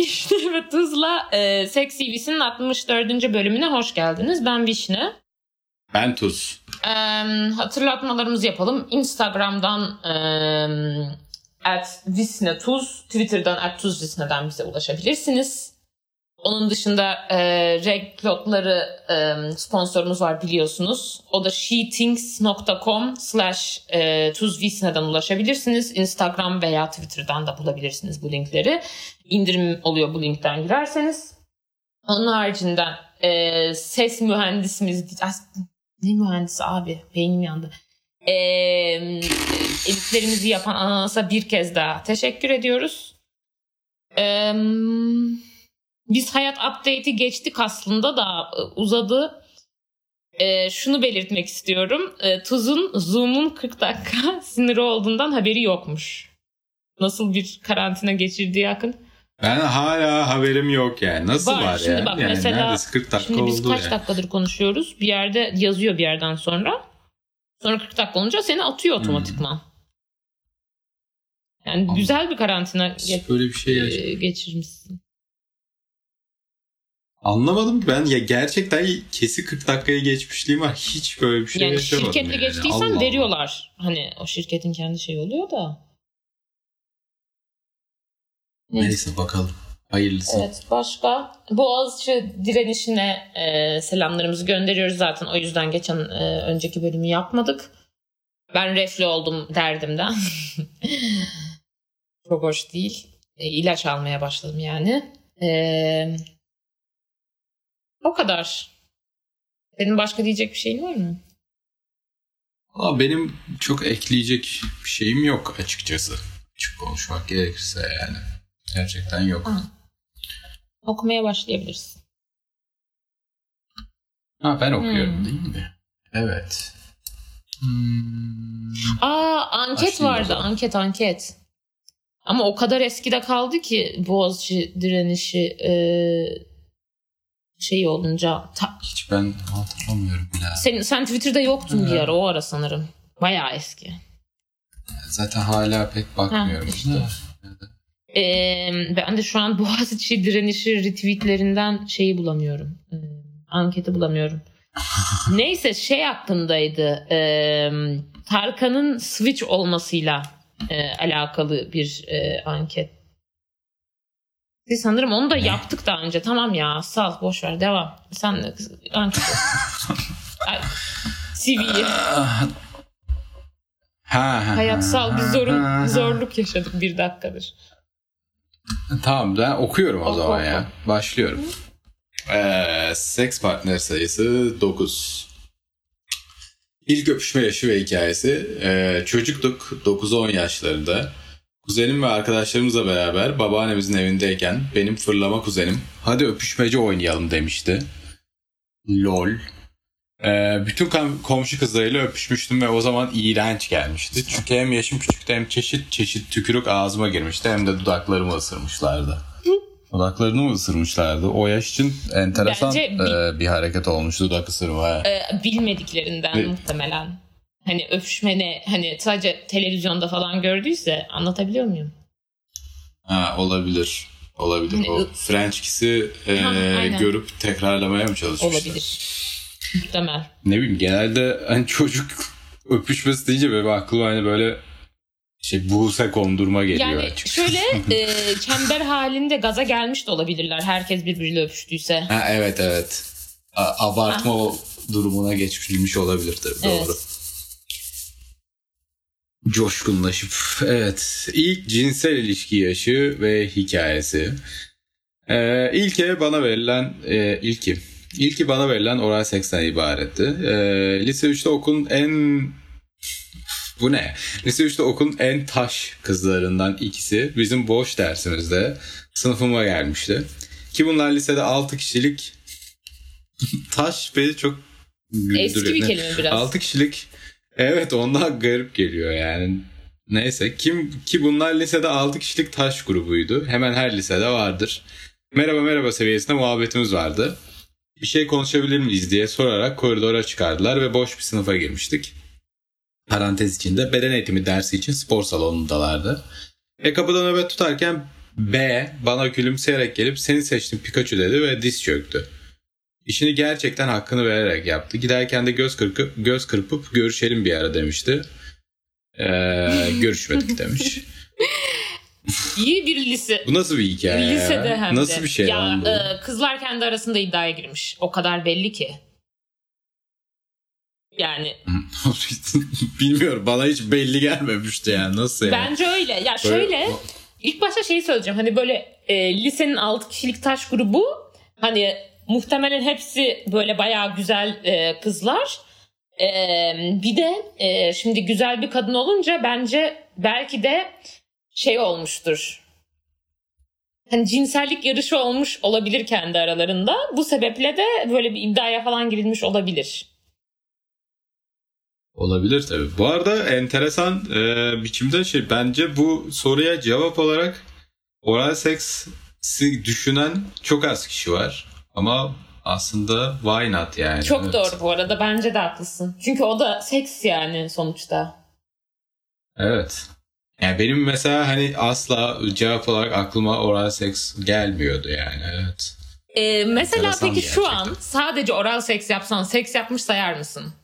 Vişne ve Tuz'la Seks TV'sinin 64. bölümüne hoş geldiniz. Ben Vişne. Ben Tuz. Hatırlatmalarımızı yapalım. Instagram'dan @visnetuz, Twitter'dan @tuzvisne'den bize ulaşabilirsiniz. Onun dışında Reglotları sponsorumuz var biliyorsunuz. O da shethings.com/tuzvisne'den ulaşabilirsiniz. Instagram veya Twitter'dan da bulabilirsiniz bu linkleri. İndirim oluyor bu linkten girerseniz. Onun haricinden ses mühendisimiz... Ne mühendisi abi? Beynim yandı. Editlerimizi yapan Ananas'a bir kez daha teşekkür ediyoruz. Biz hayat update'i geçtik aslında da uzadı. Şunu belirtmek istiyorum. Tuz'un Zoom'un 40 dakika siniri olduğundan haberi yokmuş. Nasıl bir karantina geçirdiği hakkında. Ben hala haberim yok yani. Nasıl var şimdi yani? Bak, Yani mesela, neredeyse 40 dakika şimdi biz oldu kaç yani. dakikadır konuşuyoruz. Bir yerde yazıyor bir yerden sonra. Sonra 40 dakika olunca seni atıyor otomatikman. Yani güzel bir karantina böyle bir şey geçirmişsin. Anlamadım ben ya, gerçekten kesin 40 dakikaya geçmişliğim var. Hiç böyle bir şey yaşamadım. Şirketle yani. geçtiysen Allah veriyorlar. Hani o şirketin kendi şeyi oluyor da. Neyse bakalım. Hayırlısı. Evet, başka Boğaziçi direnişine selamlarımızı gönderiyoruz zaten. O yüzden geçen önceki bölümü yapmadık. Ben reflü oldum derdimden. Çok hoş değil. İlaç almaya başladım yani. O kadar. Senin başka diyecek bir şeyin var mı? Benim çok ekleyecek bir şeyim yok açıkçası. Açık konuşmak gerekirse yani. Gerçekten yok. Okumaya başlayabilirsin. Ben okuyorum değil mi? Evet. Anket vardı. Anket. Ama o kadar eskide kaldı ki Boğaziçi direnişi şey olunca. Hiç ben hatırlamıyorum bile. Sen Twitter'da yoktun bir ara, o ara sanırım. Bayağı eski. Zaten hala pek bakmıyorum. İşte. Ben de şu an Boğaziçi direnişi retweetlerinden şeyi bulamıyorum. Anketi bulamıyorum. Neyse şey hakkındaydı. Tarkan'ın Switch olmasıyla alakalı bir anket. Sanırım onu da yaptık daha önce. Tamam ya, sal, boş ver, devam. Sen anket. CV'yi. Hayatsal bir zorluk yaşadık bir dakikadır. Tamam, ben okuyorum o zaman ya. Başlıyorum. Seks partner sayısı 9. İlk öpüşme yaşı ve hikayesi. Çocuktuk, 9-10 yaşlarında. Kuzenim ve arkadaşlarımızla beraber babaannemizin evindeyken benim fırlama kuzenim hadi öpüşmece oynayalım demişti. LOL. Bütün komşu kızlarıyla öpüşmüştüm ve o zaman iğrenç gelmişti. Çünkü hem yaşım küçüktü hem çeşit tükürük ağzıma girmişti, hem de dudaklarımı ısırmışlardı. Dudaklarını mı ısırmışlardı? O yaş için enteresan bir hareket olmuş dudak ısırma. Bilmediklerinden muhtemelen. Hani öpüşmeni hani sadece televizyonda falan gördüyse, anlatabiliyor muyum? Olabilir. Hani, o French kiss'i görüp tekrarlamaya mı çalışmışlar? Olabilir. Muhtemel. Ne bileyim, genelde hani çocuk öpüşmesi deyince böyle aklıma hani böyle Buse kondurma geliyor yani açıkçası. Şöyle çember halinde gaza gelmiş de olabilirler. Herkes birbiriyle öpüştüyse. Evet. Abartma durumuna geçmiş olabilir tabii. Evet. Doğru. Coşkunlaşıp. Evet. İlk cinsel ilişki yaşı ve hikayesi. İlki bana verilen oral seksten ibaretti. Lise 3'te Lise 3'te okulun en taş kızlarından ikisi bizim boş dersimizde sınıfıma gelmişti. Ki bunlar lisede 6 kişilik taş beni çok güldürüyor. Eski bir kelime biraz. 6 kişilik, evet, ondan garip geliyor yani. Neyse, ki bunlar lisede 6 kişilik taş grubuydu. Hemen her lisede vardır. Merhaba seviyesinde muhabbetimiz vardı. Bir şey konuşabilir miyiz diye sorarak koridora çıkardılar ve boş bir sınıfa girmiştik. Parantez içinde beden eğitimi dersi için spor salonundalardı. Kapıda nöbet tutarken B bana gülümseyerek gelip seni seçtim Pikachu dedi ve diz çöktü. İşini gerçekten hakkını vererek yaptı. Giderken de göz kırpıp görüşelim bir ara demişti. Görüşmedik demiş. İyi bir lise. Bu nasıl bir hikaye? Lisede hem de. Nasıl bir şey ya, kızlar kendi arasında iddiaya girmiş. O kadar belli ki. Yani. Bilmiyorum, bana hiç belli gelmemişti yani. Nasıl yani? Bence öyle. Ya şöyle ilk başta şeyi söyleyeceğim. Hani böyle lisenin 6 kişilik taş grubu, hani muhtemelen hepsi böyle bayağı güzel kızlar. Bir de şimdi güzel bir kadın olunca bence belki de şey olmuştur. Hani cinsellik yarışı olmuş olabilir kendi aralarında. Bu sebeple de böyle bir iddiaya falan girilmiş olabilir. Olabilir tabii. Bu arada enteresan biçimde bence bu soruya cevap olarak oral seksi düşünen çok az kişi var. Ama aslında why not yani. Çok evet. Doğru bu arada. Bence de haklısın. Çünkü o da seks yani sonuçta. Evet. Yani benim mesela hani asla cevap olarak aklıma oral seks gelmiyordu yani. Evet. Mesela enteresan peki gerçekten. şu an sadece oral seks yapsan seks yapmış sayar mısın?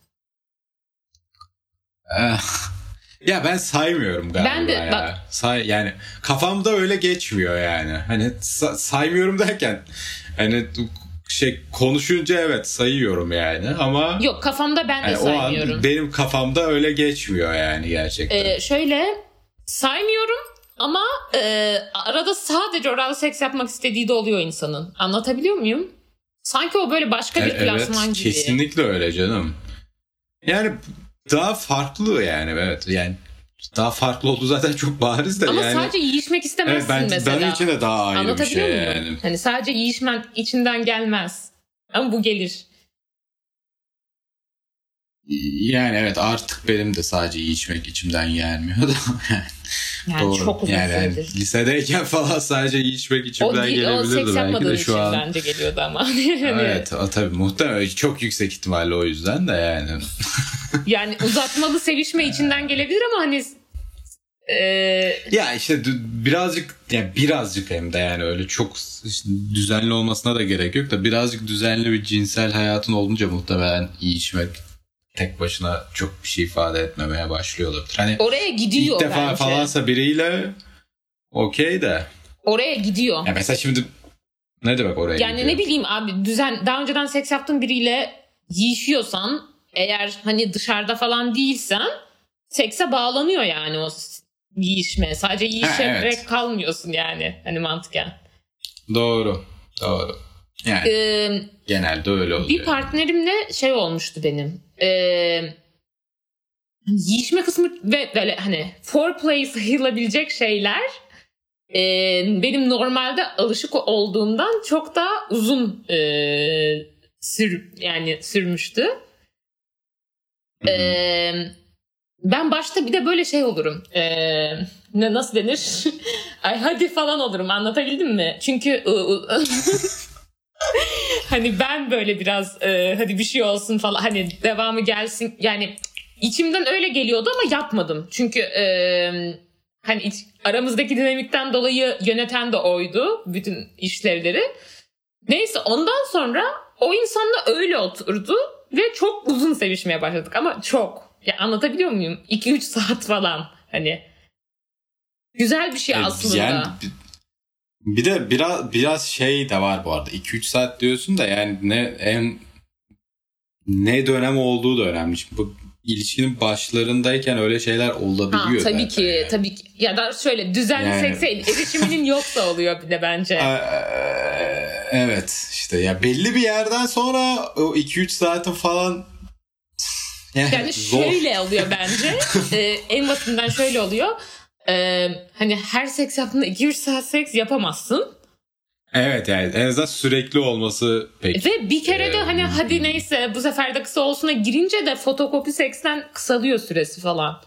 Ya ben saymıyorum galiba. Ben de ya. bak. Yani kafamda öyle geçmiyor yani. Hani saymıyorum derken hani konuşunca evet sayıyorum yani ama Yok, kafamda ben de yani saymıyorum. O an benim kafamda öyle geçmiyor yani gerçekten. Şöyle saymıyorum ama arada sadece oral seks yapmak istediği de oluyor insanın. Anlatabiliyor muyum? Sanki o böyle başka bir klasman evet, gibi. Kesinlikle öyle canım. Yani daha farklı yani, evet yani daha farklı olduğu zaten çok bariz de ama yani. Sadece yiyişmek istemezsin evet, mesela. Benim için de daha ayrı bir şey muyum? yani. Hani sadece yiyişmen içinden gelmez. Ama bu gelir. Yani evet, artık benim de sadece içmek içimden gelmiyor da yani doğru. çok uzun süredir. Lisedeyken falan sadece içmek içimden gelebilirdi. O seks yapmadığın belki de şu an. bence geliyordu ama. Evet, tabii muhtemelen çok yüksek ihtimalle o yüzden de yani. Yani uzatmalı sevişme içinden gelebilir ama hani ya işte birazcık hem de yani öyle çok düzenli olmasına da gerek yok da birazcık düzenli bir cinsel hayatın olunca muhtemelen iyi içmek tek başına çok bir şey ifade etmemeye başlıyor olabilir. Hani oraya gidiyor ilk defa bence. falansa biriyle okey de. Oraya gidiyor. Ya mesela şimdi ne demek oraya gidiyor? Yani ne bileyim abi, daha önceden seks yaptığın biriyle yiyişiyorsan, eğer hani dışarıda falan değilsen sekse bağlanıyor yani o yiyişme. Sadece yiyişerek evet. kalmıyorsun yani hani mantıken. Doğru. Yani genelde öyle oluyor. Bir partnerimle şey olmuştu benim. Yiyişme kısmı ve böyle hani foreplay sayılabilecek şeyler benim normalde alışık olduğumdan çok daha uzun sürmüştü. Ben başta bir de böyle şey olurum. Nasıl denir? Ay hadi falan olurum. Anlatabildim mi? Çünkü hani ben böyle biraz hadi bir şey olsun falan, hani devamı gelsin. Yani içimden öyle geliyordu ama yapmadım. Çünkü hani aramızdaki dinamikten dolayı yöneten de oydu bütün işlevleri. Neyse, ondan sonra o insanla öyle oturdu ve çok uzun sevişmeye başladık ama çok. Ya anlatabiliyor muyum? 2-3 saat falan hani. Güzel bir şey aslında. Yani bir de biraz şey de var bu arada. 2-3 saat diyorsun da yani ne dönem olduğu da önemli. Şimdi bu ilişkinin başlarındayken öyle şeyler olabiliyor. Tabii ki, yani. tabii ki. Ya da şöyle düzenli sekse erişiminin yoksa oluyor bir de bence. Evet işte ya belli bir yerden sonra o 2-3 saatin falan yani şöyle oluyor bence. En basitinden şöyle oluyor. Hani her seks yaptığında 2-3 saat seks yapamazsın. Evet yani en azından sürekli olması pek. Ve bir kere de hani hadi neyse bu sefer de kısa olsuna girince de fotokopi seksten kısalıyor süresi falan.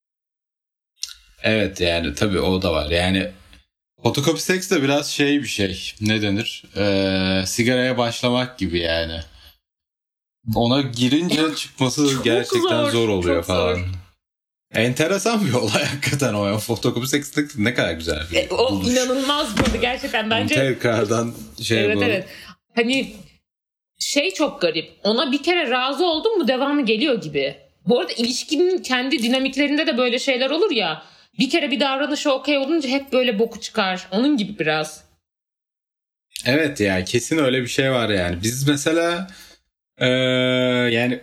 Evet yani tabii o da var. Yani fotokopi seks de biraz şey bir şey. Ne denir? Sigaraya başlamak gibi yani. Ona girince çıkması gerçekten zor oluyor falan. Zor. Enteresan bir olay hakikaten o ya. Fotokopi seksi ne kadar güzel bir O buluş. inanılmaz burada gerçekten bence. Tekrardan evet, bu. Evet. Hani çok garip. Ona bir kere razı oldun mu devamı geliyor gibi. Bu arada ilişkinin kendi dinamiklerinde de böyle şeyler olur ya. Bir kere bir davranışı okey olunca hep böyle boku çıkar. Onun gibi biraz. Evet ya, kesin öyle bir şey var yani. Biz mesela yani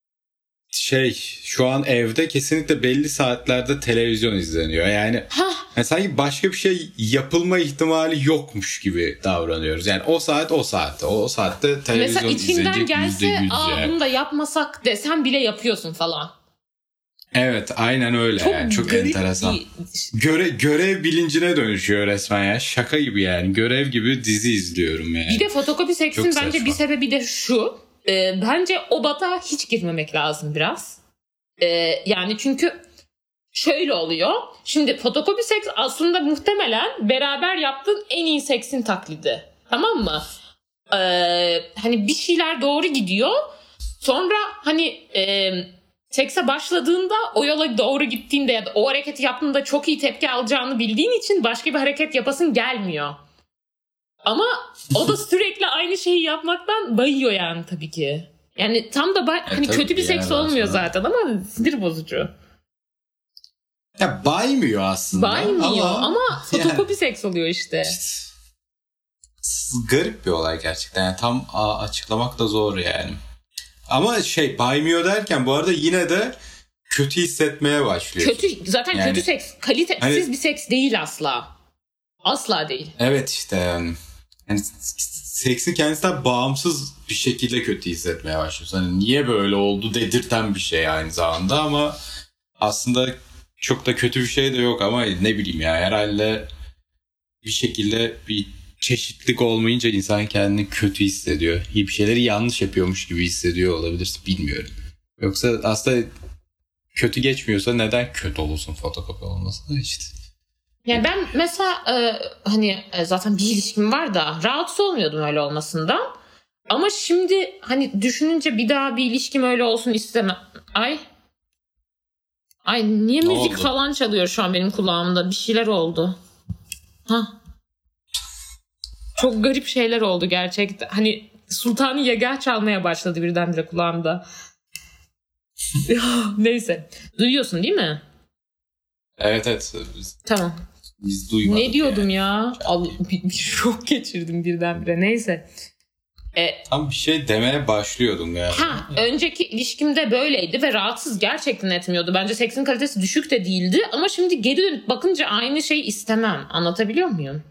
şu an evde kesinlikle belli saatlerde televizyon izleniyor. Yani sanki başka bir şey yapılma ihtimali yokmuş gibi davranıyoruz. Yani o saatte televizyon mesela izlenecek içinden gelse %100 bunu da yapmasak desem bile yapıyorsun falan. Evet, aynen öyle. Çok enteresan. Görev bilincine dönüşüyor resmen ya. Şaka gibi yani. Görev gibi dizi izliyorum yani. Bir de fotokopi seksin bence bir sebebi de şu. Bence o batağa hiç girmemek lazım biraz. Yani çünkü şöyle oluyor. Şimdi fotokopi seks aslında muhtemelen beraber yaptığın en iyi seksin taklidi. Tamam mı? Hani bir şeyler doğru gidiyor. Sonra hani sekse başladığında o yola doğru gittiğinde ya da o hareketi yaptığında çok iyi tepki alacağını bildiğin için başka bir hareket yapasın gelmiyor. Ama o da sürekli aynı şeyi yapmaktan bayıyor yani tabii ki. Yani tam da hani kötü bir seks olmuyor zaten ama sinir bozucu. Ya baymıyor aslında. Baymıyor ama fotokopi seks oluyor işte. Garip bir olay gerçekten. Yani tam açıklamak da zor yani. Ama baymıyor derken bu arada yine de kötü hissetmeye başlıyor. Zaten yani, kötü seks kalitesiz bir seks değil asla. Asla değil. Evet işte yani seksin kendisinden bağımsız bir şekilde kötü hissetmeye başlıyorsun. Hani niye böyle oldu dedirten bir şey aynı zamanda ama aslında çok da kötü bir şey de yok ama ne bileyim ya, herhalde bir şekilde bir çeşitlilik olmayınca insan kendini kötü hissediyor. Bir şeyleri yanlış yapıyormuş gibi hissediyor olabilir, bilmiyorum. Yoksa aslında kötü geçmiyorsa neden kötü olursun fotokopi olmasına işte. Yani ben mesela zaten bir ilişkim var da rahatsız olmuyordum öyle olmasından. Ama şimdi hani düşününce bir daha bir ilişkim öyle olsun istemem. Ay niye müzik falan çalıyor şu an benim kulağımda? Bir şeyler oldu. Çok garip şeyler oldu gerçekten. Hani Sultanı Yegah çalmaya başladı birdenbire kulağımda. Neyse. Duyuyorsun değil mi? Evet. Tamam. Biz duymadık. Ne diyordum ya? Bir şok geçirdim birdenbire. Neyse. Tam bir şey demeye başlıyordum yani. Önceki ilişkimde böyleydi ve rahatsız gerçekten etmiyordu. Bence seksin kalitesi düşük de değildi. Ama şimdi geri dönüp bakınca aynı şeyi istemem. Anlatabiliyor muyum?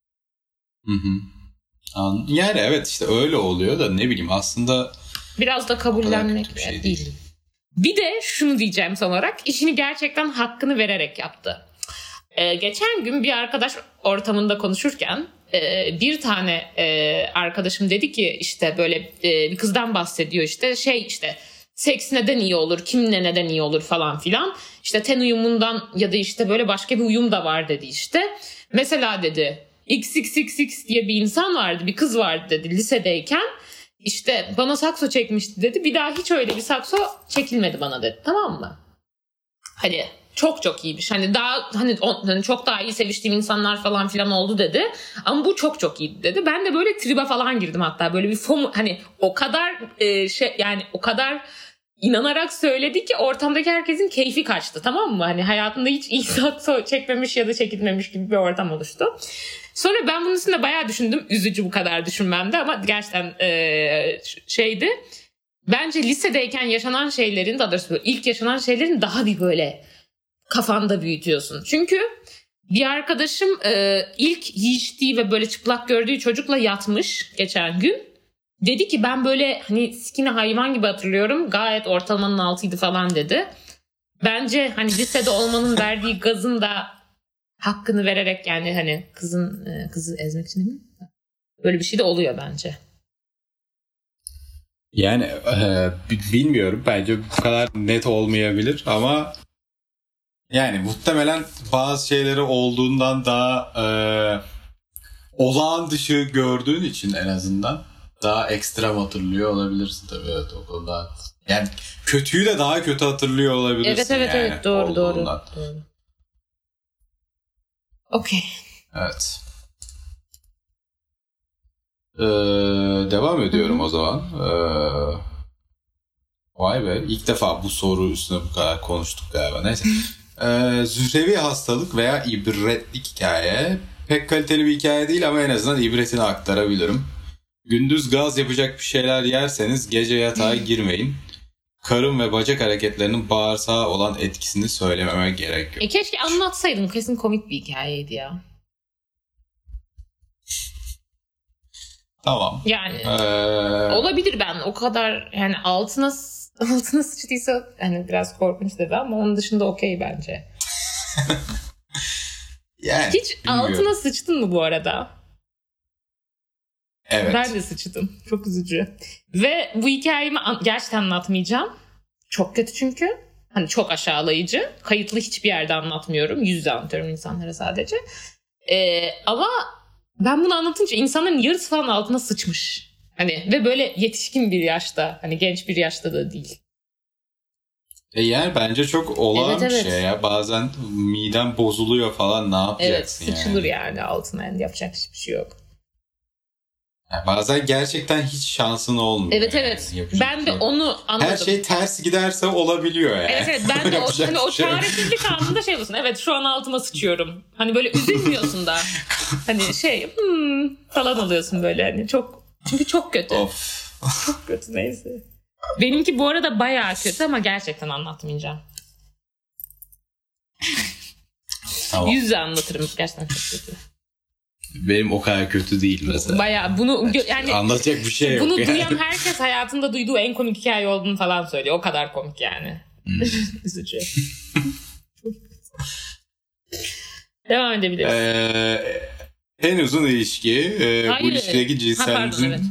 Yani evet işte öyle oluyor da ne bileyim aslında. Biraz da kabullenmek değil. Bir de şunu diyeceğim son olarak. İşini gerçekten hakkını vererek yaptı. Geçen gün bir arkadaş ortamında konuşurken bir tane arkadaşım dedi ki işte böyle bir kızdan bahsediyor işte seks neden iyi olur, kimle neden iyi olur falan filan. İşte ten uyumundan ya da işte böyle başka bir uyum da var dedi işte. Mesela dedi XXXX diye bir insan vardı, bir kız vardı dedi lisedeyken. İşte bana sakso çekmişti dedi. Bir daha hiç öyle bir sakso çekilmedi bana dedi. Tamam mı? Hani çok iyiymiş. Hani daha hani çok daha iyi seviştiğim insanlar falan filan oldu dedi. Ama bu çok iyiydi dedi. Ben de böyle tribe falan girdim hatta. Böyle bir hani o kadar yani o kadar inanarak söyledi ki ortamdaki herkesin keyfi kaçtı, tamam mı? Hani hayatında hiç iyi sakso çekmemiş ya da çekilmemiş gibi bir ortam oluştu. Sonra ben bunun üstünde bayağı düşündüm. Üzücü bu kadar düşünmemde ama gerçekten şeydi. Bence lisedeyken yaşanan şeylerin, daha doğrusu ilk yaşanan şeylerin daha bir böyle kafanda büyütüyorsun. Çünkü bir arkadaşım ilk yiyiştiği ve böyle çıplak gördüğü çocukla yatmış geçen gün. Dedi ki ben böyle hani sikini hayvan gibi hatırlıyorum. Gayet ortalamanın altıydı falan dedi. Bence hani lisede olmanın verdiği gazın da hakkını vererek yani hani kızı ezmek için değil mi? Böyle bir şey de oluyor bence. Yani bilmiyorum, bence bu kadar net olmayabilir ama yani muhtemelen bazı şeyleri olduğundan daha olağan dışı gördüğün için en azından daha ekstrem hatırlıyor olabilirsin tabii, evet, o konuda. Yani kötüyü de daha kötü hatırlıyor olabilirsin. Evet doğru. Okey. Evet. Devam ediyorum o zaman. Vay be, ilk defa bu soru üstüne bu kadar konuştuk galiba. Neyse. Zührevi hastalık veya ibretlik hikaye. Pek kaliteli bir hikaye değil ama en azından ibretini aktarabilirim. Gündüz gaz yapacak bir şeyler yerseniz gece yatağa girmeyin. Karın ve bacak hareketlerinin bağırsağa olan etkisini söylememe gerek yok. Keşke anlatsaydın. Kesin komik bir hikayeydi ya. Tamam. Yani olabilir, ben o kadar yani altına sıçtıysa hani biraz korkunç dedi ama onun dışında okey bence. Yani, hiç bilmiyorum. Altına sıçtın mı bu arada? Evet. Ben de sıçtım. Çok üzücü. Ve bu hikayemi gerçekten anlatmayacağım. Çok kötü çünkü. Hani çok aşağılayıcı. Kayıtlı hiçbir yerde anlatmıyorum. Yüz yüze anlatıyorum insanlara sadece. Ama ben bunu anlatınca insanların yarısı falan altına sıçmış. Hani ve böyle yetişkin bir yaşta. Hani genç bir yaşta da değil. Yani bence çok olağan bir şey ya. Bazen miden bozuluyor falan, ne yapacaksın evet, sıçılır yani altına, yani yapacak hiçbir şey yok. Yani bazen gerçekten hiç şansın olmuyor. Evet. Ben de onu anladım. Her şey ters giderse olabiliyor yani. Evet ben de o çaresizlik anında şey olsun. Evet şu an altıma sıçıyorum. Hani böyle üzülmüyorsun da. Hani falan oluyorsun böyle. Hani çünkü çok kötü. Of. Çok kötü, neyse. Benimki bu arada bayağı kötü ama gerçekten anlatmayacağım. Tamam. Yüzle anlatırım, gerçekten çok kötü. Benim o kadar kötü değil mesela. Bayağı bunu yani anlatacak bir şey yok. Bunu duyan herkes hayatında duyduğu en komik hikaye olduğunu falan söylüyor. O kadar komik yani. Üzücü. Devam edebiliriz. En uzun ilişki. Bu ilişkideki cinselinizin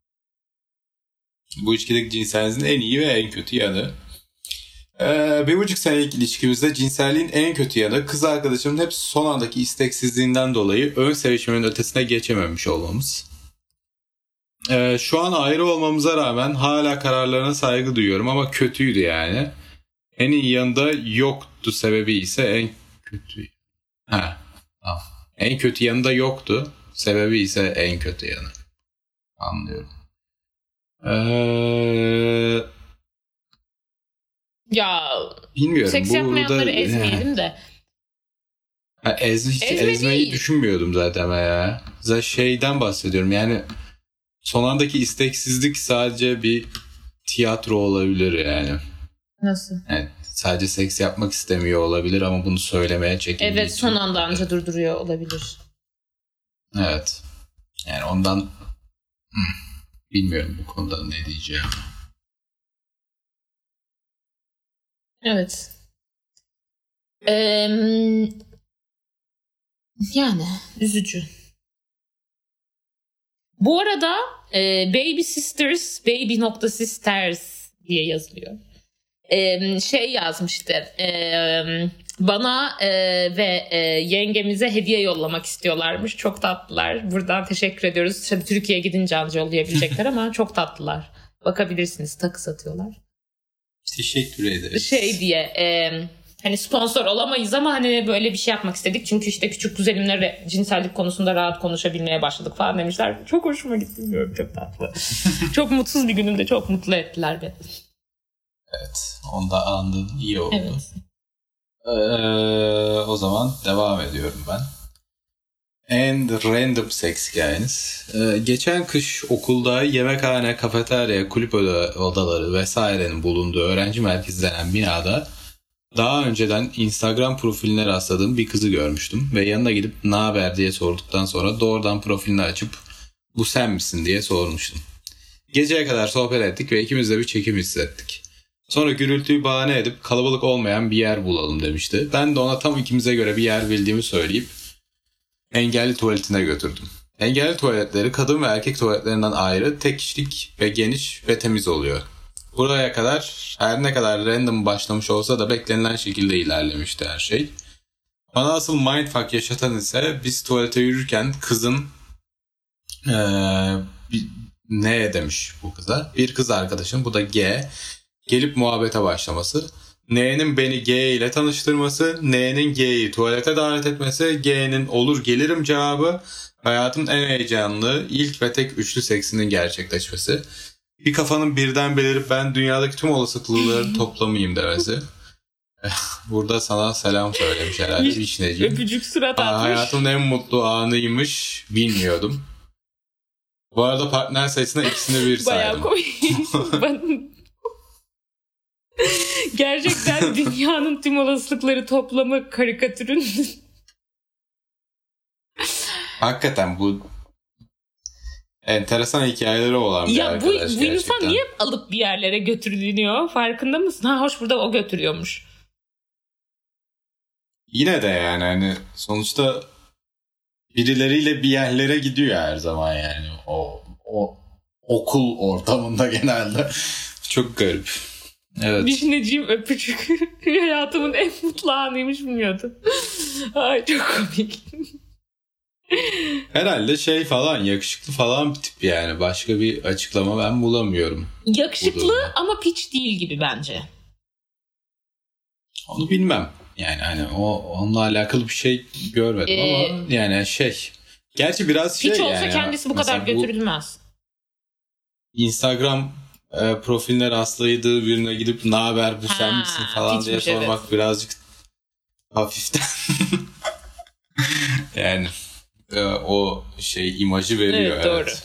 bu ilişkideki cinselinizin en iyi ve en kötü yanı. 1,5 senelik ilişkimizde cinselliğin en kötü yanı kız arkadaşımın hep son andaki isteksizliğinden dolayı ön sevişmenin ötesine geçememiş olmamız. Şu an ayrı olmamıza rağmen hala kararlarına saygı duyuyorum ama kötüydü yani. En iyi yanında yoktu, sebebi ise en kötü. En kötü yanında yoktu, sebebi ise en kötü yanı. Anlıyorum. Ya bilmiyorum. seks yapmayanları ezmeyelim de. Ezmeyi düşünmüyordum zaten ya. Şeyden bahsediyorum yani, son andaki isteksizlik sadece bir tiyatro olabilir yani. Nasıl? Yani sadece seks yapmak istemiyor olabilir ama bunu söylemeye çekiniyor. Evet, son anda anca durduruyor olabilir. Evet. Yani ondan bilmiyorum bu konuda ne diyeceğim. Evet. Yani üzücü. Bu arada Baby Sisters, Baby.Sisters diye yazılıyor. Şey yazmıştı. Bana ve yengemize hediye yollamak istiyorlarmış. Çok tatlılar. Buradan teşekkür ediyoruz. Tabii Türkiye'ye gidince anca yollayabilecekler ama çok tatlılar. Bakabilirsiniz. Takı satıyorlar. Teşekkür ederiz. Şey diye hani sponsor olamayız ama hani böyle bir şey yapmak istedik. Çünkü işte küçük kuzenimle cinsellik konusunda rahat konuşabilmeye başladık falan demişler. Çok hoşuma gitti. Bilmiyorum, çok tatlı. Çok mutsuz bir günümde çok mutlu ettiler beni. Evet. Onu da andın. İyi oldu. Evet. O zaman devam ediyorum ben. En random seks hikayeniz. Geçen kış okulda yemekhane, kafeterya, kulüp odaları vesairenin bulunduğu öğrenci merkezi denen binada daha önceden Instagram profiline rastladığım bir kızı görmüştüm ve yanına gidip "ne haber?" diye sorduktan sonra doğrudan profilini açıp "bu sen misin?" diye sormuştum. Geceye kadar sohbet ettik ve ikimiz de bir çekim hissettik. Sonra gürültüyü bahane edip kalabalık olmayan bir yer bulalım demişti. Ben de ona tam ikimize göre bir yer bildiğimi söyleyip engelli tuvaletine götürdüm. Engelli tuvaletleri kadın ve erkek tuvaletlerinden ayrı, tek kişilik ve geniş ve temiz oluyor. Buraya kadar her ne kadar random başlamış olsa da beklenilen şekilde ilerlemişti her şey. Bana asıl mindfuck yaşatan ise biz tuvalete yürürken kızın N demiş bu kıza. Bir kız arkadaşım, bu da G. Gelip muhabbete başlaması. N'nin beni G ile tanıştırması. N'nin G'yi tuvalete davet etmesi. G'nin olur gelirim cevabı. Hayatımın en heyecanlı ilk ve tek üçlü seksinin gerçekleşmesi. Bir kafanın birden belirip ben dünyadaki tüm olasılıkları toplamıyım demesi. Burada sana selam söylemiş herhalde Vişneciğim. Öpücük surat atmış. Hayatımın en mutlu anıymış, bilmiyordum. Bu arada partner sayısına ikisini bir saydım. Bayağı gerçekten dünyanın tüm olasılıkları toplamı karikatürün. Hakikaten bu enteresan hikayeleri olan bir arkadaş gerçekten. Bu insan niye alıp bir yerlere götürülüyor? Farkında mısın? Ha hoş, burada o götürüyormuş. Yine de yani hani sonuçta birileriyle bir yerlere gidiyor her zaman yani. O okul ortamında genelde. Çok garip. Evet. Vişneciğim öpücük. Hayatımın en mutlu anıymış, bilmiyordum. Ay çok komik. Herhalde şey falan, yakışıklı falan bir tip yani. Başka bir açıklama ben bulamıyorum. Yakışıklı ama piç değil gibi bence. Onu bilmem. Yani hani onunla alakalı bir şey görmedim ama yani şey. Gerçi biraz şey yani. Piç olsa kendisi bu kadar götürülmez. Instagram profiline rastlaydığı birine gidip ne haber bu sen misin falan diye sormak evet. Birazcık hafiften yani o şey imajı veriyor. Evet, doğru.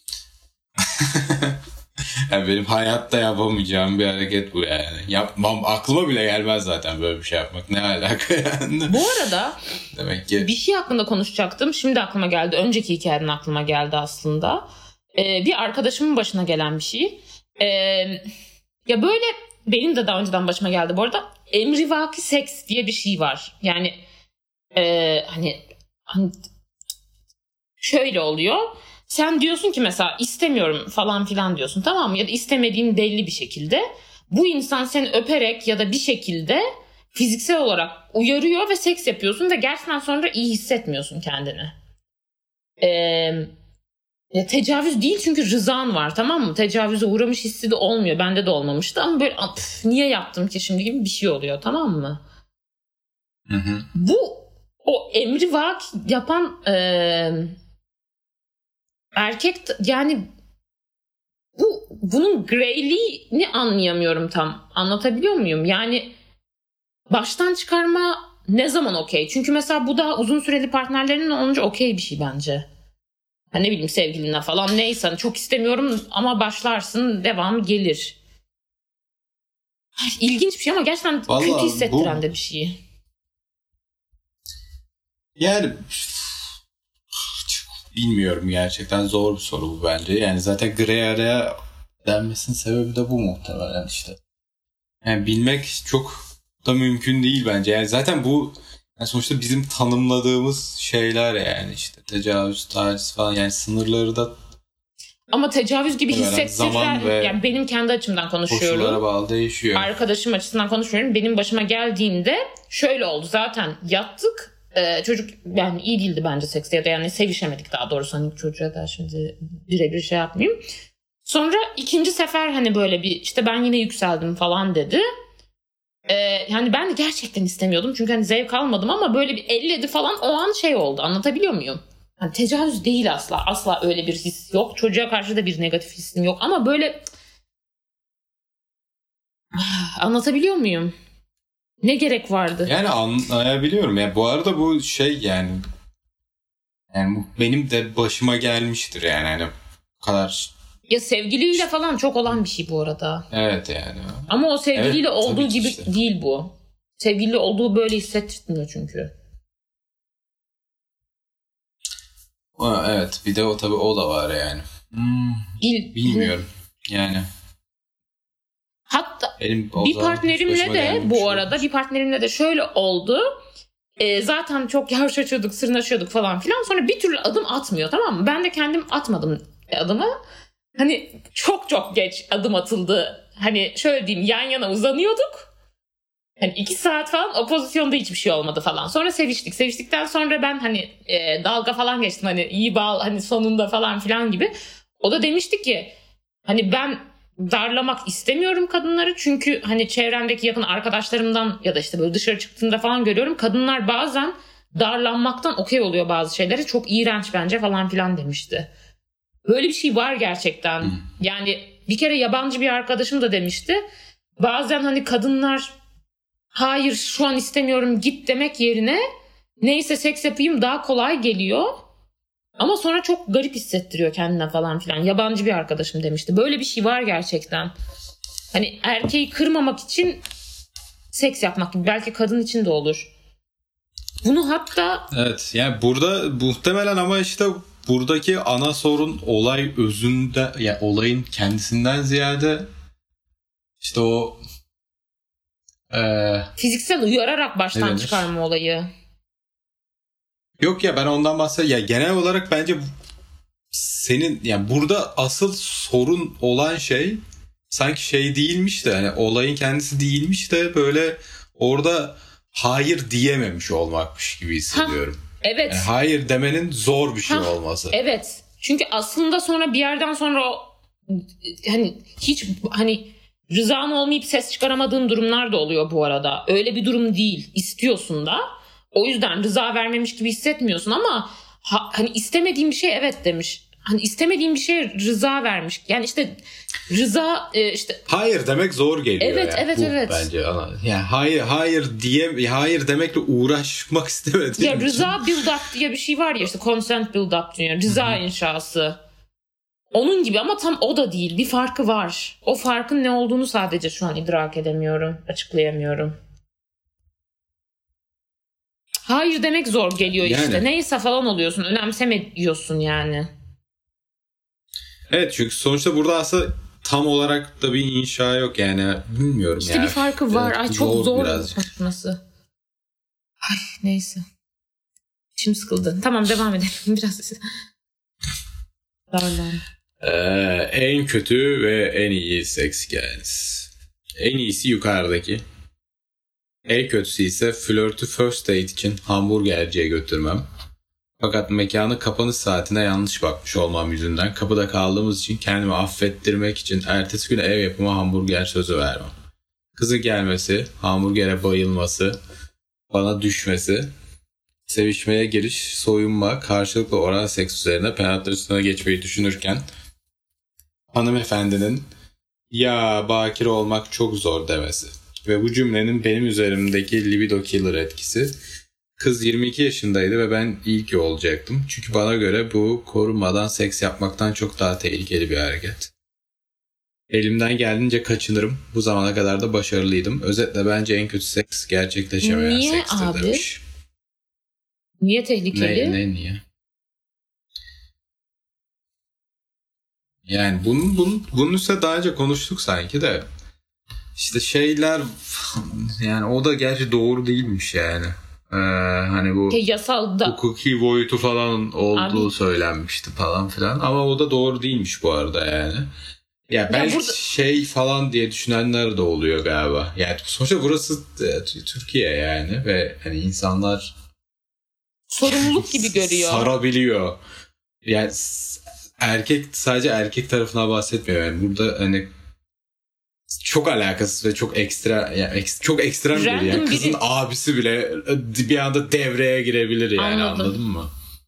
Yani benim hayatta yapamayacağım bir hareket bu yani. Yapmam, aklıma bile gelmez zaten böyle bir şey yapmak. Ne alaka yani. Bu arada demek ki bir şey hakkında konuşacaktım. Şimdi aklıma geldi. Önceki hikayeden aklıma geldi aslında. Bir arkadaşımın başına gelen bir şey. Ya böyle benim de daha önceden başıma geldi bu arada. Emrivaki seks diye bir şey var. Yani hani şöyle oluyor. Sen diyorsun ki mesela istemiyorum falan filan diyorsun, tamam mı? Ya da istemediğin belli bir şekilde. Bu insan seni öperek ya da bir şekilde fiziksel olarak uyarıyor ve seks yapıyorsun ve gerçekten sonra iyi hissetmiyorsun kendini. Ya tecavüz değil çünkü rızan var, tamam mı? Tecavüze uğramış hissi de olmuyor. Bende de olmamıştı ama böyle niye yaptım ki şimdi gibi bir şey oluyor, tamam mı? Hı. Bu o emrivaki yapan erkek yani bunun greyliğini anlayamıyorum tam. Anlatabiliyor muyum? Yani baştan çıkarma ne zaman okey? Çünkü mesela bu daha uzun süreli partnerlerinin olunca okey bir şey bence. Ha ne bileyim sevgilinle falan neyse hani çok istemiyorum ama başlarsın, devamı gelir. İlginç bir şey ama gerçekten vallahi kötü hissettiren de bir şey. Yani bilmiyorum, gerçekten zor bir soru bu bence. Yani zaten grey area denmesinin sebebi de bu muhtemelen işte. Yani bilmek çok da mümkün değil bence. Yani zaten bu yani sonuçta bizim tanımladığımız şeyler yani işte tecavüz, taciz falan yani sınırları da ama tecavüz gibi hissettiren yani benim kendi açımdan konuşuyorum. Koşullara bağlı değişiyor. Arkadaşım açısından konuşuyorum. Benim başıma geldiğinde şöyle oldu, zaten yattık. Çocuk yani iyi değildi bence sekste ya da yani sevişemedik daha doğrusu, hani çocuğa da şimdi birebir şey yapmayayım. Sonra ikinci sefer hani böyle bir işte ben yine yükseldim falan dedi. Yani ben de gerçekten istemiyordum çünkü hani zevk almadım ama böyle bir elledi falan, o an şey oldu, anlatabiliyor muyum? Yani tecavüz değil asla öyle bir his yok. Çocuğa karşı da bir negatif hissim yok ama böyle anlatabiliyor muyum? Ne gerek vardı? Yani anlayabiliyorum. Yani bu arada bu şey yani benim de başıma gelmiştir yani hani bu kadar. Ya sevgiliyle falan çok olan bir şey bu arada. Evet yani. Ama o sevgiliyle olduğu gibi işte değil bu. Sevgili olduğu böyle hissettirmiyor çünkü. Evet, bir de o tabii o da var yani. Bilmiyorum yani. Hatta bir partnerimle de bu arada bir partnerimle de şöyle oldu. Zaten çok yavşaçıyorduk, sırnaşıyorduk falan filan. Sonra bir türlü adım atmıyor, tamam mı? Ben de kendim atmadım adımı. Hani çok geç adım atıldı. Hani şöyle diyeyim, yan yana uzanıyorduk. Hani 2 saat falan o pozisyonda hiçbir şey olmadı falan. Sonra seviştik. Seviştikten sonra ben hani dalga falan geçtim. Hani iyi bağ hani sonunda falan filan gibi. O da demişti ki hani ben darlamak istemiyorum kadınları çünkü hani çevremdeki yakın arkadaşlarımdan ya da işte böyle dışarı çıktığımda falan görüyorum. Kadınlar bazen darlanmaktan okey oluyor bazı şeyleri. Çok iğrenç bence falan filan demişti. Böyle bir şey var gerçekten. Yani bir kere yabancı bir arkadaşım da demişti. Bazen hani kadınlar hayır şu an istemiyorum git demek yerine neyse seks yapayım daha kolay geliyor. Ama sonra çok garip hissettiriyor kendine falan filan. Yabancı bir arkadaşım demişti. Böyle bir şey var gerçekten. Hani erkeği kırmamak için seks yapmak gibi. Belki kadın için de olur. Bunu hatta... Evet yani burada muhtemelen ama işte buradaki ana sorun olay özünde, yani olayın kendisinden ziyade işte o fiziksel uyararak baştan çıkarma olayı. Yok ya ben ondan bahsediyorum. Ya genel olarak bence senin yani burada asıl sorun olan şey sanki şey değilmiş de hani olayın kendisi değilmiş de böyle orada hayır diyememiş olmakmış gibi hissediyorum. Evet. Yani hayır demenin zor bir şey olması. Evet. Çünkü aslında sonra bir yerden sonra o hani hiç hani rızan olmayıp ses çıkaramadığın durumlar da oluyor bu arada. Öyle bir durum değil. İstiyorsun da. O yüzden rıza vermemiş gibi hissetmiyorsun ama hani istemediğim bir şey evet demiş. Hani istemediğim bir şeye rıza vermiş. Yani işte rıza işte hayır demek zor geliyor. Evet, yani. evet. Bence yani hayır demekle uğraşmak istemedim. Ya rıza build up diye bir şey var ya işte consent build up diyor. Rıza inşası. Onun gibi ama tam o da değil. Bir farkı var. O farkın ne olduğunu sadece şu an idrak edemiyorum. Açıklayamıyorum. Hayır demek zor geliyor işte. Yani. Neyse falan oluyorsun. Önemsemiyorsun yani. Evet çünkü sonuçta burada aslında tam olarak da bir inşa yok yani. Bilmiyorum işte yani. Bir farkı var. Ay çok zor birazcık. Ay neyse. İçim sıkıldı. Tamam devam edelim. Biraz darlan. En kötü ve en iyi seks hikayeniz. En iyisi yukarıdaki. En kötüsü ise flörtü first date için hamburgerciye götürmem. Fakat mekanın kapanış saatine yanlış bakmış olmam yüzünden kapıda kaldığımız için kendimi affettirmek için ertesi gün ev yapımı hamburger sözü vermem. Kızın gelmesi, hamburgere bayılması, bana düşmesi, sevişmeye giriş, soyunma, karşılıklı oral seks üzerine penetrasyona geçmeyi düşünürken hanımefendinin ya bakire olmak çok zor demesi ve bu cümlenin benim üzerimdeki libido killer etkisi. Kız 22 yaşındaydı ve ben ilki olacaktım. Çünkü bana göre bu korunmadan seks yapmaktan çok daha tehlikeli bir hareket. Elimden geldiğince kaçınırım. Bu zamana kadar da başarılıydım. Özetle bence en kötü seks gerçekleşemeyen sekstir abi? Demiş. Niye tehlikeli? Niye? Yani bunun üstüne daha önce konuştuk sanki de. İşte şeyler yani o da gerçi doğru değilmiş yani. Hani bu yasalda hukuki boyutu falan olduğu söylenmişti falan filan ama o da doğru değilmiş bu arada yani. Ya belki şey falan diye düşünenler de oluyor galiba. Yani sonuçta burası Türkiye yani ve hani insanlar sorumluluk gibi görüyor. Sarabiliyor. Yani sadece erkek tarafına bahsetmiyor yani burada hani çok alakasız ve çok ekstra yani çok ekstrem biri yani kızın abisi bile bir anda devreye girebilir yani anladın mı?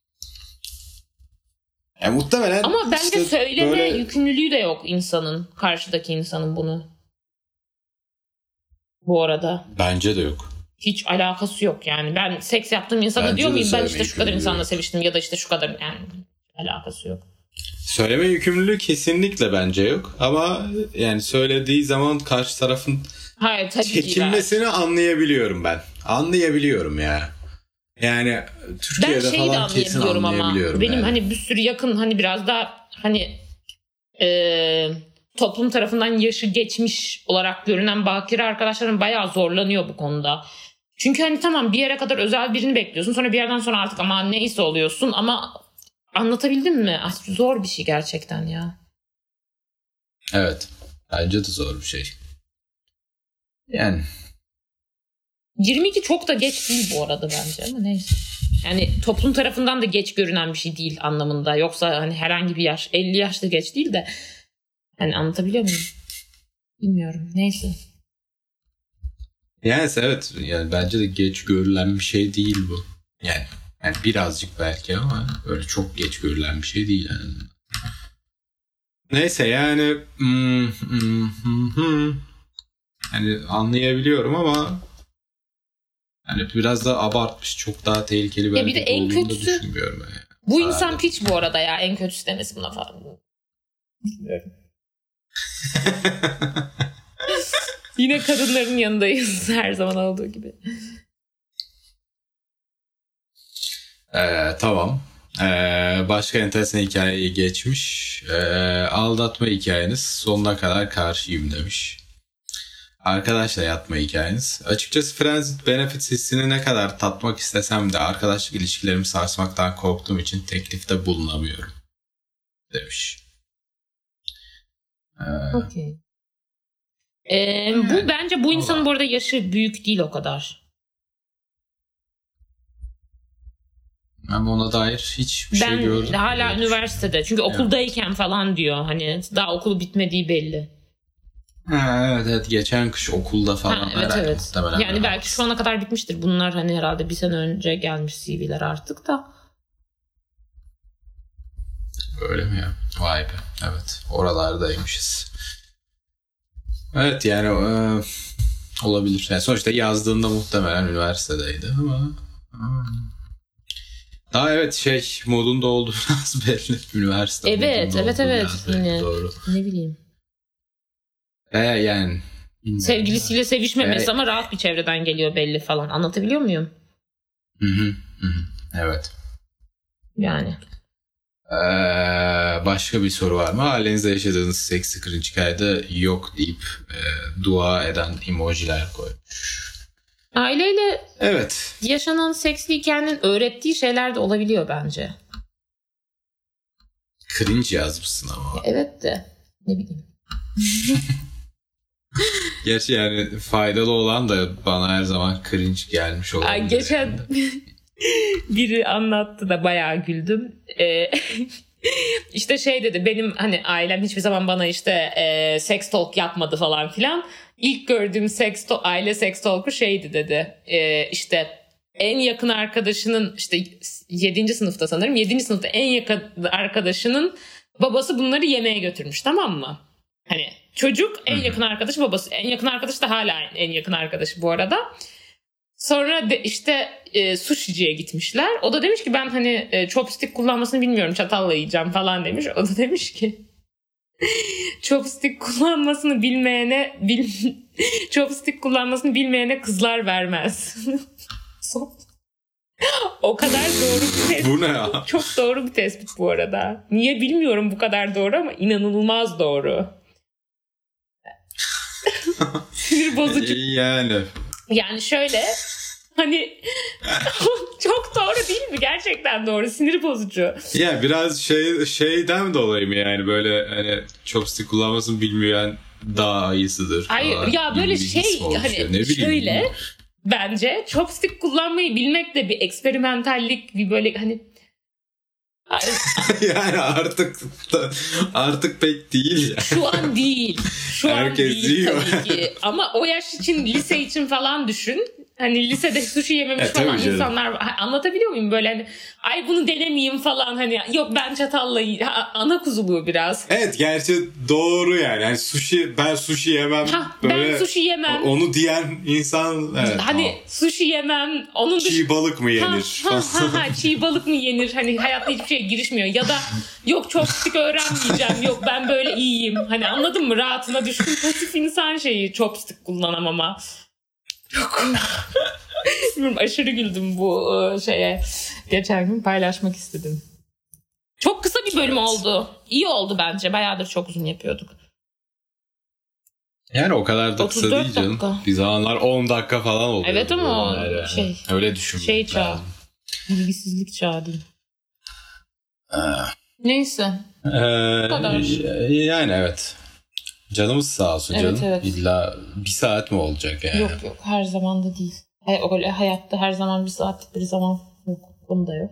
Yani muhtemelen ama bence işte söyleme böyle yükümlülüğü de yok insanın, karşıdaki insanın bunu. Bu arada. Bence de yok. Hiç alakası yok yani. Ben seks yaptığım insana bence diyor muyum ben işte şu kadar insanla seviştim ya da işte şu kadar yani alakası yok. Söyleme yükümlülüğü kesinlikle bence yok ama yani söylediği zaman karşı tarafın çekinmesini anlayabiliyorum ben. Anlayabiliyorum ya. Yani Türkiye'de ben falan kesin anlayabiliyorum. Benim yani. Hani bir sürü yakın hani biraz daha hani toplum tarafından yaşı geçmiş olarak görünen bakire arkadaşlarım bayağı zorlanıyor bu konuda. Çünkü hani tamam bir yere kadar özel birini bekliyorsun sonra bir yerden sonra artık ama neyse oluyorsun ama anlatabildim mi? Zor bir şey gerçekten ya. Evet. Bence de zor bir şey. Yani 22 çok da geç değil bu arada bence ama neyse. Yani toplum tarafından da geç görünen bir şey değil anlamında. Yoksa hani herhangi bir yaş, 50 yaş da geç değil de. Hani anlatabiliyor muyum? Bilmiyorum. Neyse. Yani evet, yani bence de geç görülen bir şey değil bu. Yani birazcık belki ama öyle çok geç görülen bir şey değil yani. Neyse yani hani anlayabiliyorum ama hani biraz da abartmış, çok daha tehlikeli bir hareket olduğunu da düşünmüyorum yani. Bu insan piç bu arada ya, en kötüsü demesi buna falan. Bilmiyorum. Yine kadınların yanındayız her zaman olduğu gibi. Tamam. Başka enteresan hikayeyi geçmiş. Aldatma hikayeniz sonuna kadar karşıyım demiş. Arkadaşla yatma hikayeniz. Açıkçası Friends with Benefits hissini ne kadar tatmak istesem de arkadaşlık ilişkilerimi sarsmaktan korktuğum için teklifte bulunamıyorum demiş. Okay. Bu bence bu insanın bu arada yaşı büyük değil o kadar. Ama ona dair hiçbir şey gördüm. Ben hala üniversitede. Çünkü okuldayken falan diyor. Hani daha okulu bitmediği belli. Evet geçen kış okulda falan. Evet. Yani belki şu ana kadar bitmiştir. Bunlar hani herhalde bir sene önce gelmiş CV'ler artık da. Öyle mi ya? Vay be. Evet. Oralardaymışız. Evet yani olabilir. Yani sonuçta yazdığında muhtemelen üniversitedeydi ama daha evet modunda oldu biraz belli. Üniversite evet. Yine, doğru. Ne bileyim. Yani sevgilisiyle sevişmemesi ama rahat bir çevreden geliyor belli falan. Anlatabiliyor muyum? Hı. Evet. Yani. Başka bir soru var mı? Ailenizde yaşadığınız seksi cringe hikayede yok deyip dua eden emojiler koymuş. Aileyle evet. yaşanan seksli hikayenin öğrettiği şeyler de olabiliyor bence. Cringe yazmışsın ama. Evet de ne bileyim. Gerçi yani faydalı olan da bana her zaman cringe gelmiş olabilir. Geçen biri anlattı da bayağı güldüm. İşte dedi, benim hani ailem hiçbir zaman bana işte sex talk yapmadı falan filan. İlk gördüğüm aile sex talk'u dedi. İşte en yakın arkadaşının işte 7. sınıfta sanırım. 7. sınıfta en yakın arkadaşının babası bunları yemeğe götürmüş, tamam mı? Hani çocuk en yakın arkadaşı, babası en yakın arkadaşı da hala en yakın arkadaşı bu arada. Sonra sushi'ciye gitmişler. O da demiş ki ben hani chopstick kullanmasını bilmiyorum, çatalla yiyeceğim falan demiş. O da demiş ki chopstick kullanmasını bilmeyene kızlar vermez. O kadar doğru bir tespit. Bu ne ya? Çok doğru bir tespit bu arada. Niye bilmiyorum bu kadar doğru ama inanılmaz doğru. Sinir bozucu. Yani şöyle hani çok doğru değil mi? Gerçekten doğru. Sinir bozucu. Ya biraz şeyden dolayı mı yani, böyle hani chopstick kullanmasını bilmeyen daha iyisidir. Hayır ya böyle hani şöyle bence chopstick kullanmayı bilmek de bir eksperimentallik, bir böyle hani yani artık pek değil. Yani. Şu an değil. Herkes an değil tabii ki. Ama o yaş için, lise için falan düşün. Hani lisede sushi yememiş falan insanlar, anlatabiliyor muyum, böyle hani ay bunu denemeyeyim falan, hani yok ben çatalla ana kuzuluğu biraz. Evet gerçi doğru yani ben sushi yemem. Ben sushi yemem. Onu diyen insan evet. Hani sushi yemem. Onun çiğ balık mı yenir? Çiğ balık mı yenir? Hani hayatta hiçbir şeye girişmiyor. Ya da yok chopstick öğrenmeyeceğim. Yok ben böyle iyiyim. Hani anladın mı? Rahatına düşkün pasif insan chopstick kullanamama. Yok. Bilmiyorum, aşırı güldüm bu şeye. Geçen gün paylaşmak istedim. Çok kısa bir bölüm oldu. İyi oldu bence. Bayağıdır çok uzun yapıyorduk. Yani o kadar da kısa değil canım. Dakika. Bir zamanlar 10 dakika falan oluyor. Evet ama yani. Öyle düşünmek çağı. Bilgisizlik çağı değil. Neyse. Bu kadar. Yani evet. Canımız sağ olsun canım. Evet. İlla bir saat mi olacak yani? Yok her zaman da değil. Öyle hayatta her zaman bir saatlik bir zaman yok. Bunda yok.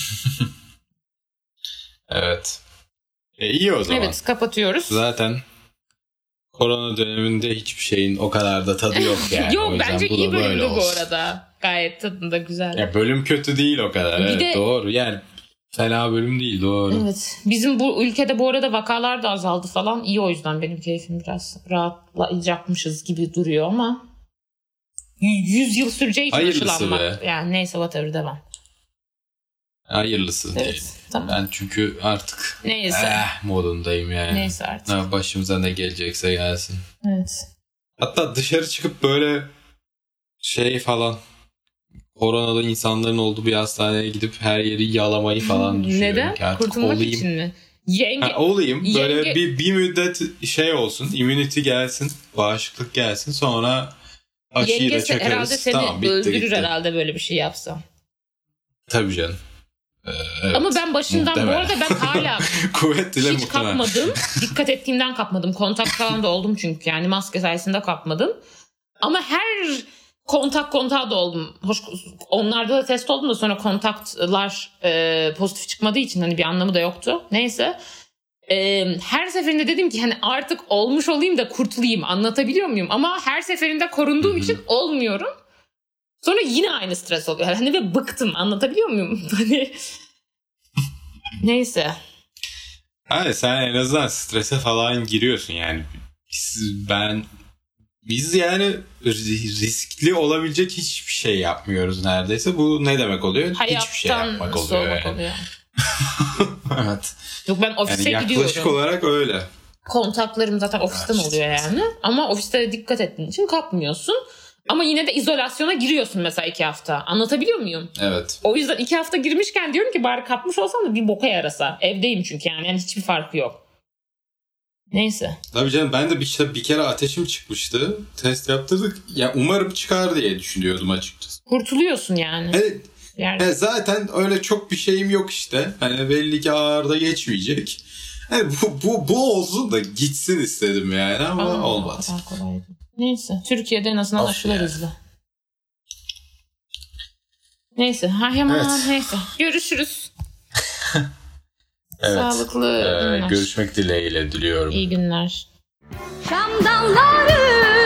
Evet. İyi o zaman. Evet, kapatıyoruz. Zaten korona döneminde hiçbir şeyin o kadar da tadı yok yani. Yok, bence iyi bölümdü bu arada. Gayet tadında güzel. Ya bölüm kötü değil o kadar. Bir Evet, de... doğru. Yani fena bölüm değil, doğru. Evet. Bizim bu ülkede bu arada vakalar da azaldı falan. İyi, o yüzden benim keyfim biraz rahatlayacakmışız gibi duruyor ama 100 yıl süreceği için aşılanmak. Yani neyse, whatever, devam. Hayırlısı değil. Tamam. Ben çünkü artık modundayım yani. Neyse artık. Başımıza ne gelecekse gelsin. Evet. Hatta dışarı çıkıp böyle falan, koronalı insanların olduğu bir hastaneye gidip her yeri yalamayı falan düşünüyorum. Neden? Kurtulmak olayım. için mi? Olayım. Böyle bir müddet olsun. Immunity gelsin. Bağışıklık gelsin. Sonra aşıyı da çakarız. Herhalde seni öldürür herhalde böyle bir şey yapsam. Tabii canım. Evet. Ama ben başından muhtemelen. Bu arada ben hala hiç kapmadım. Dikkat ettiğimden kapmadım. Kontak falan da oldum çünkü. Yani maske sayesinde kapmadım. Ama her kontağa da oldum. Onlarda da test oldum da sonra kontaklar pozitif çıkmadığı için hani bir anlamı da yoktu. Neyse. Her seferinde dedim ki hani artık olmuş olayım da kurtulayım. Anlatabiliyor muyum? Ama her seferinde korunduğum için olmuyorum. Sonra yine aynı stres oluyor. Hani ve bıktım. Anlatabiliyor muyum? Hani neyse. Hayır, sen en azından strese falan giriyorsun yani. Biz yani riskli olabilecek hiçbir şey yapmıyoruz neredeyse. Bu ne demek oluyor? Hayattan hiçbir şey yapmak oluyor yani. Oluyor. Evet. Yok, ben ofise yani gidiyorum. Yaklaşık olarak öyle. Kontaklarım zaten ofisten oluyor yani. Ama ofiste dikkat ettiğin için kapmıyorsun. Ama yine de izolasyona giriyorsun mesela 2 hafta. Anlatabiliyor muyum? Evet. O yüzden 2 hafta girmişken diyorum ki bari kapmış olsam da bir boka yarasa. Evdeyim çünkü yani hiçbir farkı yok. Neyse. Tabii canım, ben de bir kere ateşim çıkmıştı. Test yaptırdık. Ya umarım çıkar diye düşünüyordum açıkçası. Kurtuluyorsun yani. Evet. Yani zaten öyle çok bir şeyim yok işte. Hani belli ki ağır da geçmeyecek. Yani bu olsun da gitsin istedim yani ama olmadı. Neyse. Türkiye'de en azından aşılar hızlı. Neyse. Neyse. Görüşürüz. Evet. Sağlıklı günler. Görüşmek dileğiyle diliyorum. İyi günler. Şam dağları